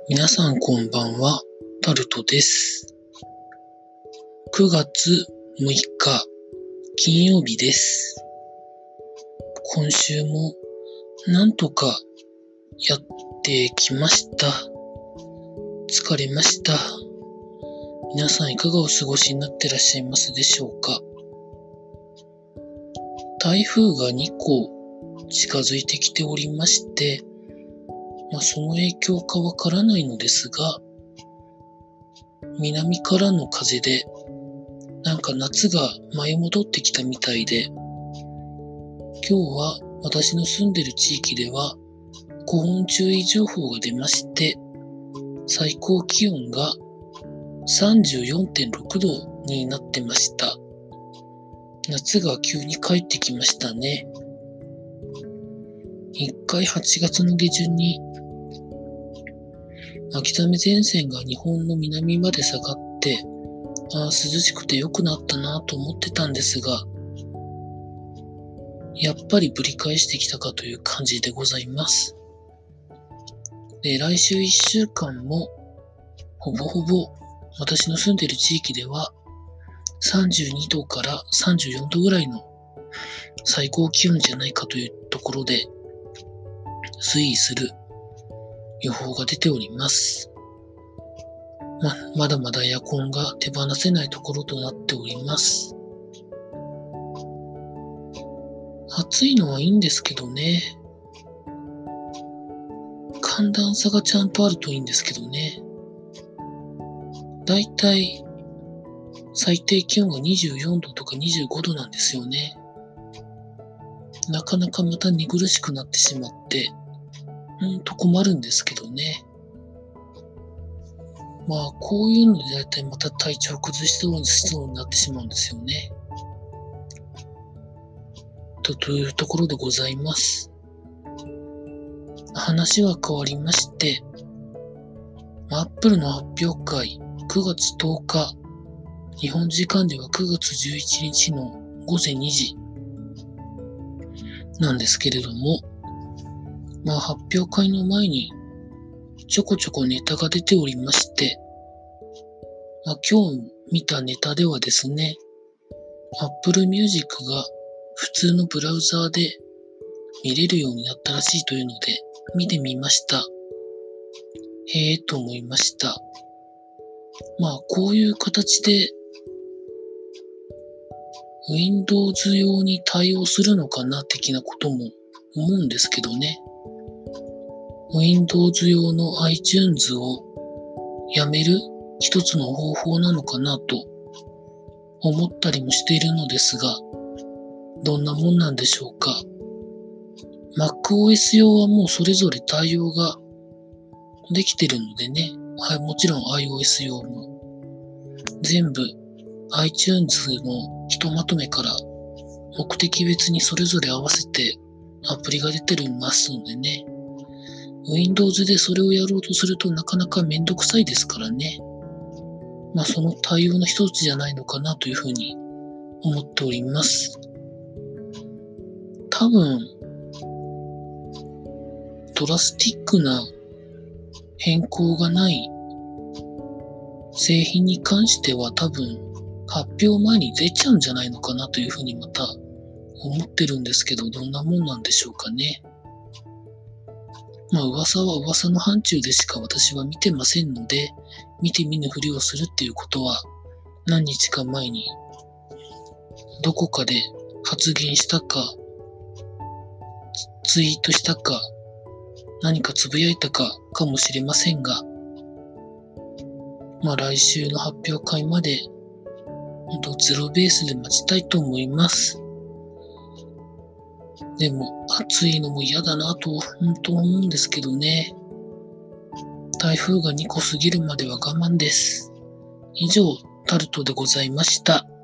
皆さんこんばんは、タルトです。9月6日、金曜日です。今週もなんとかやってきました。疲れました。皆さんいかがお過ごしになってらっしゃいますでしょうか。台風が2個近づいてきておりまして、その影響かわからないのですが、南からの風で、なんか夏が舞い戻ってきたみたいで、今日は私の住んでる地域では、高温注意情報が出まして、最高気温が 34.6 度になってました。夏が急に帰ってきましたね。一回8月の下旬に秋雨前線が日本の南まで下がって、涼しくて良くなったなと思ってたんですが、やっぱりぶり返してきたかという感じでございます。で、来週1週間もほぼほぼ私の住んでいる地域では32度から34度ぐらいの最高気温じゃないかというところで推移する予報が出ております。まだまだエアコンが手放せないところとなっております。暑いのはいいんですけどね。寒暖差がちゃんとあるといいんですけどね。だいたい最低気温が24度とか25度なんですよね。なかなかまた寝苦しくなってしまって、困るんですけどね。こういうのでだいたいまた体調崩しそうになってしまうんですよね。というところでございます。話は変わりまして、Apple の発表会9月10日、日本時間では9月11日の午前2時なんですけれども、発表会の前にちょこちょこネタが出ておりまして、今日見たネタではですね、Apple Music が普通のブラウザーで見れるようになったらしいというので見てみました。へえと思いました。こういう形で Windows 用に対応するのかな的なことも思うんですけどね。Windows 用の iTunes をやめる一つの方法なのかなと思ったりもしているのですが、どんなもんなんでしょうか。MacOS 用はもうそれぞれ対応ができてるのでね。もちろん iOS 用も全部 iTunes のひとまとめから目的別にそれぞれ合わせてアプリが出てますのでね。Windows でそれをやろうとするとなかなかめんどくさいですからね。その対応の一つじゃないのかなというふうに思っております。多分、ドラスティックな変更がない製品に関しては多分発表前に出ちゃうんじゃないのかなというふうにまた思ってるんですけど、どんなもんなんでしょうかね。噂は噂の範疇でしか私は見てませんので、見て見ぬふりをするっていうことは何日か前にどこかで発言したか、ツイートしたか、何かつぶやいたかもしれませんが、来週の発表会までゼロベースで待ちたいと思います。でも暑いのも嫌だなと本当思うんですけどね。台風が2個過ぎるまでは我慢です。以上、タルトでございました。